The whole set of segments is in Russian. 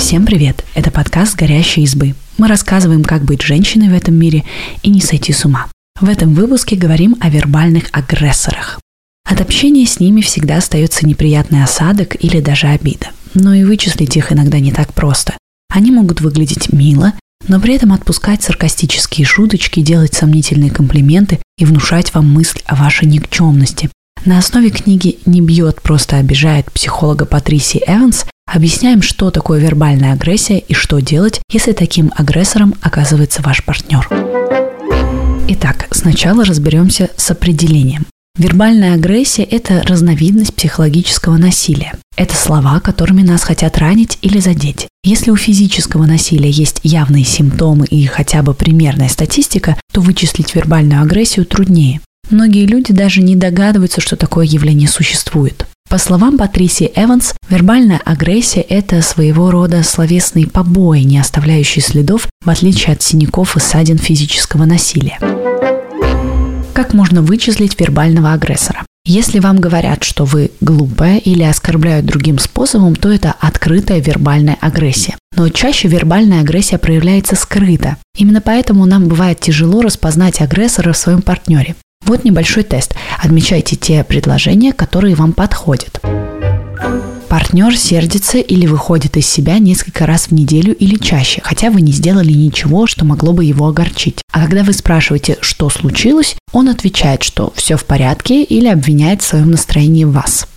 Всем привет! Это подкаст «Горящие избы». Мы рассказываем, как быть женщиной в этом мире и не сойти с ума. В этом выпуске говорим о вербальных агрессорах. От общения с ними всегда остается неприятный осадок или даже обида. Но и вычислить их иногда не так просто. Они могут выглядеть мило, но при этом отпускать саркастические шуточки, делать сомнительные комплименты и внушать вам мысль о вашей никчемности. На основе книги «Не бьет, просто обижает» психолога Патрисии Эванс объясняем, что такое вербальная агрессия и что делать, если таким агрессором оказывается ваш партнер. Итак, сначала разберемся с определением. Вербальная агрессия – это разновидность психологического насилия. Это слова, которыми нас хотят ранить или задеть. Если у физического насилия есть явные симптомы и хотя бы примерная статистика, то вычислить вербальную агрессию труднее. Многие люди даже не догадываются, что такое явление существует. По словам Патрисии Эванс, вербальная агрессия – это своего рода словесные побои, не оставляющие следов, в отличие от синяков и ссадин физического насилия. Как можно вычислить вербального агрессора? Если вам говорят, что вы глупая или оскорбляют другим способом, то это открытая вербальная агрессия. Но чаще вербальная агрессия проявляется скрыто. Именно поэтому нам бывает тяжело распознать агрессора в своем партнере. Вот небольшой тест. Отмечайте те предложения, которые вам подходят. Партнер сердится или выходит из себя несколько раз в неделю или чаще, хотя вы не сделали ничего, что могло бы его огорчить. А когда вы спрашиваете, что случилось, он отвечает, что все в порядке или обвиняет в своем настроении вас.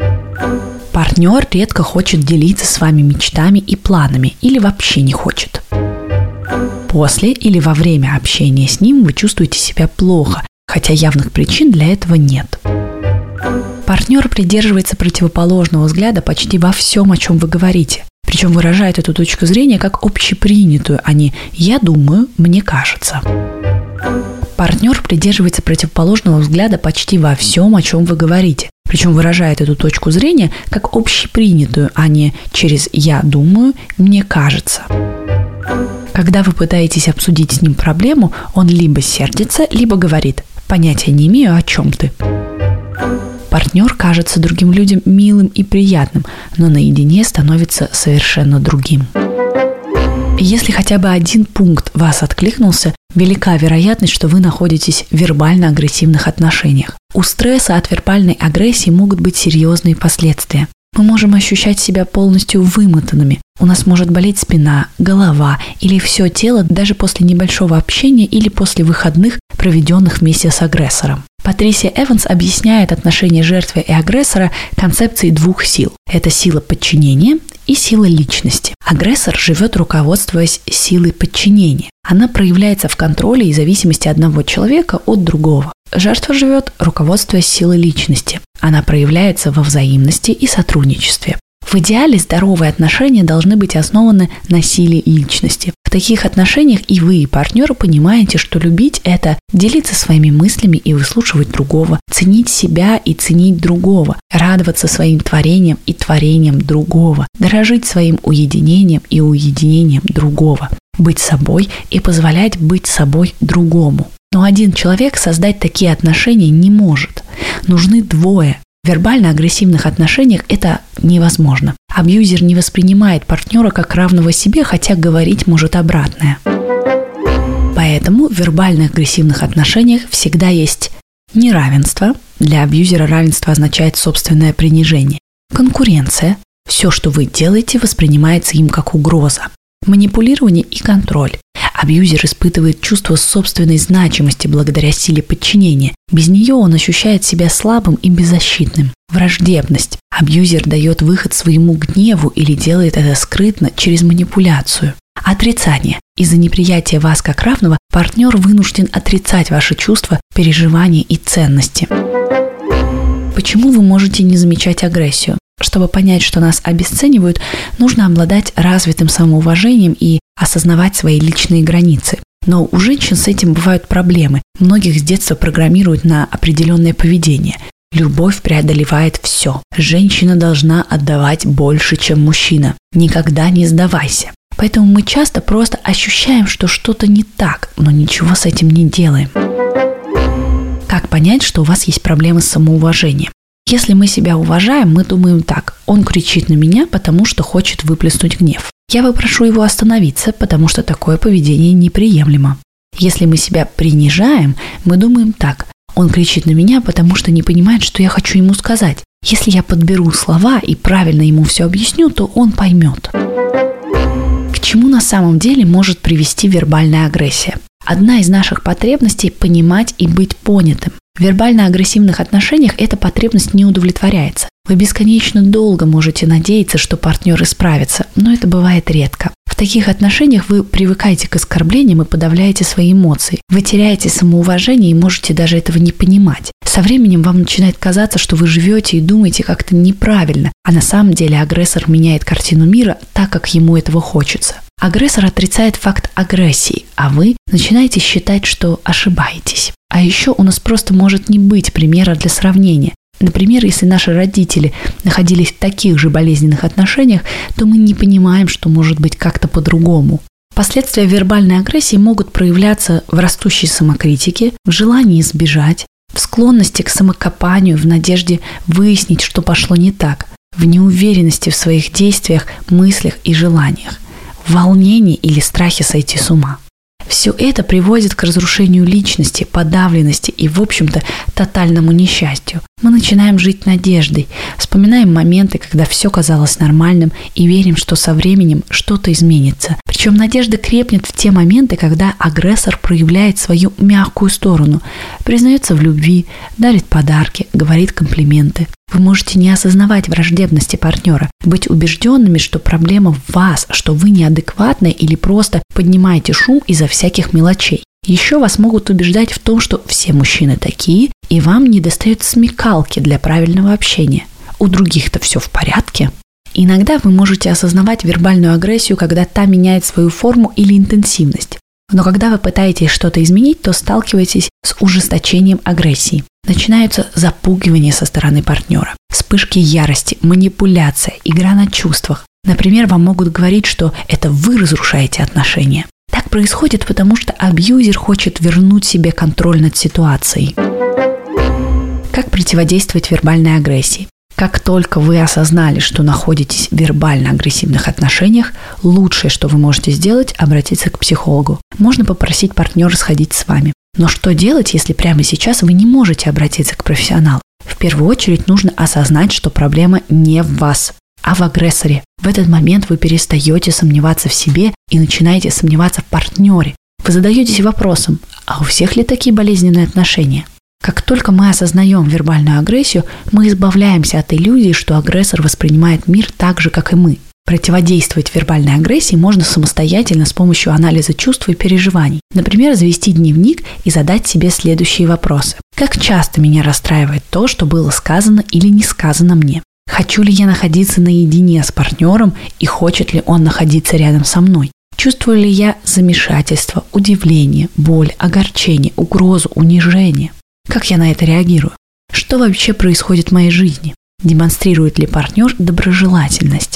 Партнер редко хочет делиться с вами мечтами и планами или вообще не хочет. После или во время общения с ним вы чувствуете себя плохо, хотя явных причин для этого нет. Партнер придерживается противоположного взгляда почти во всем, о чем вы говорите. Причем выражает эту точку зрения как общепринятую, а не «я думаю, мне кажется». Партнер придерживается противоположного взгляда почти во всем, о чем вы говорите. Причем выражает эту точку зрения как общепринятую, а не через «я думаю, мне кажется». Когда вы пытаетесь обсудить с ним проблему, он либо сердится, либо говорит «понятия не имею, о чем ты». Партнер кажется другим людям милым и приятным, но наедине становится совершенно другим. Если хотя бы один пункт вас откликнулся, велика вероятность, что вы находитесь в вербально-агрессивных отношениях. У стресса от вербальной агрессии могут быть серьезные последствия. Мы можем ощущать себя полностью вымотанными. У нас может болеть спина, голова или все тело даже после небольшого общения или после выходных, проведенных вместе с агрессором. Патрисия Эванс объясняет отношения жертвы и агрессора концепцией двух сил. Это сила подчинения и сила личности. Агрессор живет, руководствуясь силой подчинения. Она проявляется в контроле и зависимости одного человека от другого. Жертва живет, руководствуясь силой личности. Она проявляется во взаимности и сотрудничестве. В идеале здоровые отношения должны быть основаны на силе личности. В таких отношениях и вы, и партнер понимаете, что любить – это делиться своими мыслями и выслушивать другого, ценить себя и ценить другого, радоваться своим творением и творением другого, дорожить своим уединением и уединением другого, быть собой и позволять быть собой другому. Но один человек создать такие отношения не может. Нужны двое. В вербально-агрессивных отношениях это невозможно. Абьюзер не воспринимает партнера как равного себе, хотя говорить может обратное. Поэтому в вербально-агрессивных отношениях всегда есть неравенство. Для абьюзера равенство означает собственное принижение. Конкуренция. Все, что вы делаете, воспринимается им как угроза. Манипулирование и контроль. Абьюзер испытывает чувство собственной значимости благодаря силе подчинения. Без нее он ощущает себя слабым и беззащитным. Враждебность. Абьюзер дает выход своему гневу или делает это скрытно через манипуляцию. Отрицание. Из-за неприятия вас как равного партнер вынужден отрицать ваши чувства, переживания и ценности. Почему вы можете не замечать агрессию? Чтобы понять, что нас обесценивают, нужно обладать развитым самоуважением и осознавать свои личные границы. Но у женщин с этим бывают проблемы. Многих с детства программируют на определенное поведение. Любовь преодолевает все. Женщина должна отдавать больше, чем мужчина. Никогда не сдавайся. Поэтому мы часто просто ощущаем, что что-то не так, но ничего с этим не делаем. Как понять, что у вас есть проблемы с самоуважением? Если мы себя уважаем, мы думаем так: он кричит на меня, потому что хочет выплеснуть гнев. я попрошу его остановиться, потому что такое поведение неприемлемо. Если мы себя принижаем, мы думаем так: он кричит на меня, потому что не понимает, что я хочу ему сказать. Если я подберу слова и правильно ему все объясню, то он поймет. К чему на самом деле может привести вербальная агрессия? Одна из наших потребностей – понимать и быть понятым. В вербально-агрессивных отношениях эта потребность не удовлетворяется. Вы бесконечно долго можете надеяться, что партнер исправится, но это бывает редко. В таких отношениях вы привыкаете к оскорблениям и подавляете свои эмоции. Вы теряете самоуважение и можете даже этого не понимать. Со временем вам начинает казаться, что вы живете и думаете как-то неправильно, а на самом деле агрессор меняет картину мира так, как ему этого хочется. Агрессор отрицает факт агрессии, а вы начинаете считать, что ошибаетесь. А еще у нас просто может не быть примера для сравнения. Например, если наши родители находились в таких же болезненных отношениях, то мы не понимаем, что может быть как-то по-другому. Последствия вербальной агрессии могут проявляться в растущей самокритике, в желании избежать, в склонности к самокопанию, в надежде выяснить, что пошло не так, в неуверенности в своих действиях, мыслях и желаниях, в волнении или страхе сойти с ума. Все это приводит к разрушению личности, подавленности и, в общем-то, тотальному несчастью. Мы начинаем жить надеждой, вспоминаем моменты, когда все казалось нормальным, и верим, что со временем что-то изменится. Причем надежда крепнет в те моменты, когда агрессор проявляет свою мягкую сторону, признается в любви, дарит подарки, говорит комплименты. Вы можете не осознавать враждебности партнера, быть убежденными, что проблема в вас, что вы неадекватны или просто поднимаете шум из-за всяких мелочей. Еще вас могут убеждать в том, что все мужчины такие, и вам недостает смекалки для правильного общения. У других-то все в порядке. Иногда вы можете осознавать вербальную агрессию, когда та меняет свою форму или интенсивность. Но когда вы пытаетесь что-то изменить, то сталкиваетесь с ужесточением агрессии. Начинаются запугивания со стороны партнера, вспышки ярости, манипуляция, игра на чувствах. Например, вам могут говорить, что это вы разрушаете отношения. Так происходит, потому что абьюзер хочет вернуть себе контроль над ситуацией. Как противодействовать вербальной агрессии? Как только вы осознали, что находитесь в вербально-агрессивных отношениях, лучшее, что вы можете сделать – обратиться к психологу. Можно попросить партнера сходить с вами. Но что делать, если прямо сейчас вы не можете обратиться к профессионалу? В первую очередь нужно осознать, что проблема не в вас, а в агрессоре. В этот момент вы перестаете сомневаться в себе и начинаете сомневаться в партнере. Вы задаетесь вопросом: а у всех ли такие болезненные отношения? Как только мы осознаем вербальную агрессию, мы избавляемся от иллюзии, что агрессор воспринимает мир так же, как и мы. Противодействовать вербальной агрессии можно самостоятельно с помощью анализа чувств и переживаний. Например, завести дневник и задать себе следующие вопросы. Как часто меня расстраивает то, что было сказано или не сказано мне? Хочу ли я находиться наедине с партнером и хочет ли он находиться рядом со мной? Чувствую ли я замешательство, удивление, боль, огорчение, угрозу, унижение? Как я на это реагирую? Что вообще происходит в моей жизни? Демонстрирует ли партнер доброжелательность?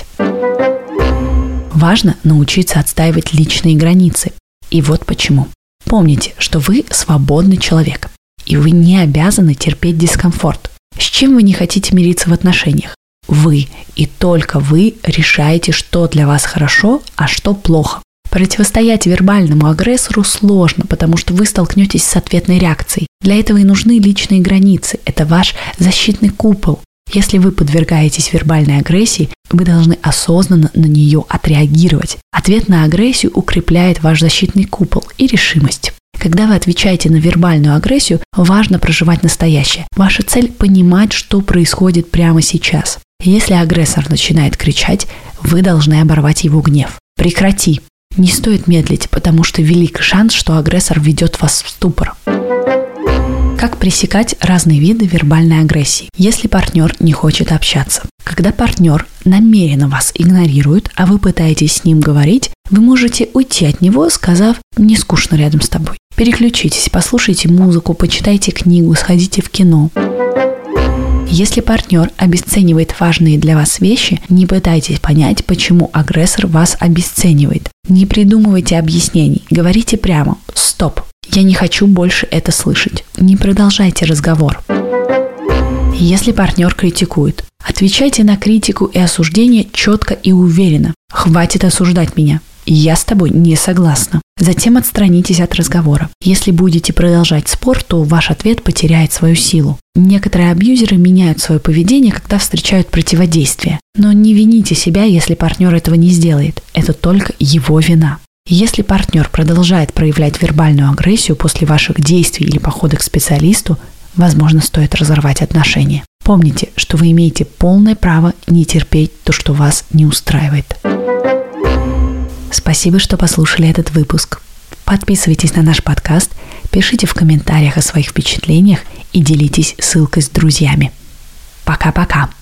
Важно научиться отстаивать личные границы. И вот почему. Помните, что вы свободный человек, и вы не обязаны терпеть дискомфорт. С чем вы не хотите мириться в отношениях? Вы и только вы решаете, что для вас хорошо, а что плохо. Противостоять вербальному агрессору сложно, потому что вы столкнетесь с ответной реакцией. Для этого и нужны личные границы. Это ваш защитный купол. Если вы подвергаетесь вербальной агрессии, вы должны осознанно на нее отреагировать. Ответ на агрессию укрепляет ваш защитный купол и решимость. Когда вы отвечаете на вербальную агрессию, важно проживать настоящее. Ваша цель – понимать, что происходит прямо сейчас. Если агрессор начинает кричать, вы должны оборвать его гнев. Прекрати. Не стоит медлить, потому что велик шанс, что агрессор введет вас в ступор. Как пресекать разные виды вербальной агрессии, если партнер не хочет общаться? Когда партнер намеренно вас игнорирует, а вы пытаетесь с ним говорить, вы можете уйти от него, сказав: «Мне скучно рядом с тобой». Переключитесь, послушайте музыку, почитайте книгу, сходите в кино. Если партнер обесценивает важные для вас вещи, не пытайтесь понять, почему агрессор вас обесценивает. Не придумывайте объяснений, говорите прямо: «Стоп, я не хочу больше это слышать». Не продолжайте разговор. Если партнер критикует, Отвечайте на критику и осуждение четко и уверенно. Хватит осуждать меня. Я с тобой не согласна. Затем отстранитесь от разговора. Если будете продолжать спор, то ваш ответ потеряет свою силу. Некоторые абьюзеры меняют свое поведение, когда встречают противодействие. Но не вините себя, если партнер этого не сделает. Это только его вина. Если партнер продолжает проявлять вербальную агрессию после ваших действий или похода к специалисту, возможно, стоит разорвать отношения. Помните, что вы имеете полное право не терпеть то, что вас не устраивает. Спасибо, что послушали этот выпуск. Подписывайтесь на наш подкаст, пишите в комментариях о своих впечатлениях и делитесь ссылкой с друзьями. Пока-пока!